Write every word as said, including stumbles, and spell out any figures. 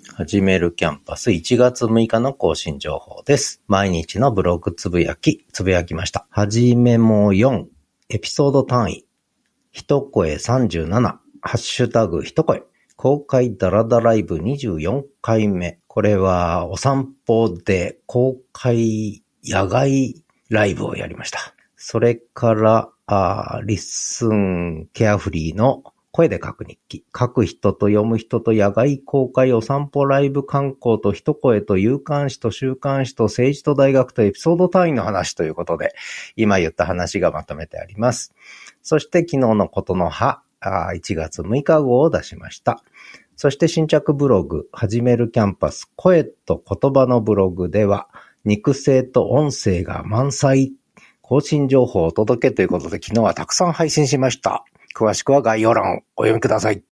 始めるキャンパスいちがつむいかの更新情報です。毎日のブログつぶやき、つぶやきました。はじめもよん、エピソード単位、一声さんじゅうなな、ハッシュタグ一声、公開ダラダライブにじゅうよんかいめ。これはお散歩で公開野外ライブをやりました。それから、あリッスンケアフリーの声で書く日記。書く人と読む人と野外公開お散歩ライブ観光と一声と有刊誌と週刊誌と政治と大学とエピソード単位の話ということで、今言った話がまとめてあります。そして昨日のことの葉、いちがつむいか号を出しました。そして新着ブログ、始めるキャンパス声と言葉のブログでは、肉声と音声が満載、更新情報をお届けということで昨日はたくさん配信しました。詳しくは概要欄をお読みください。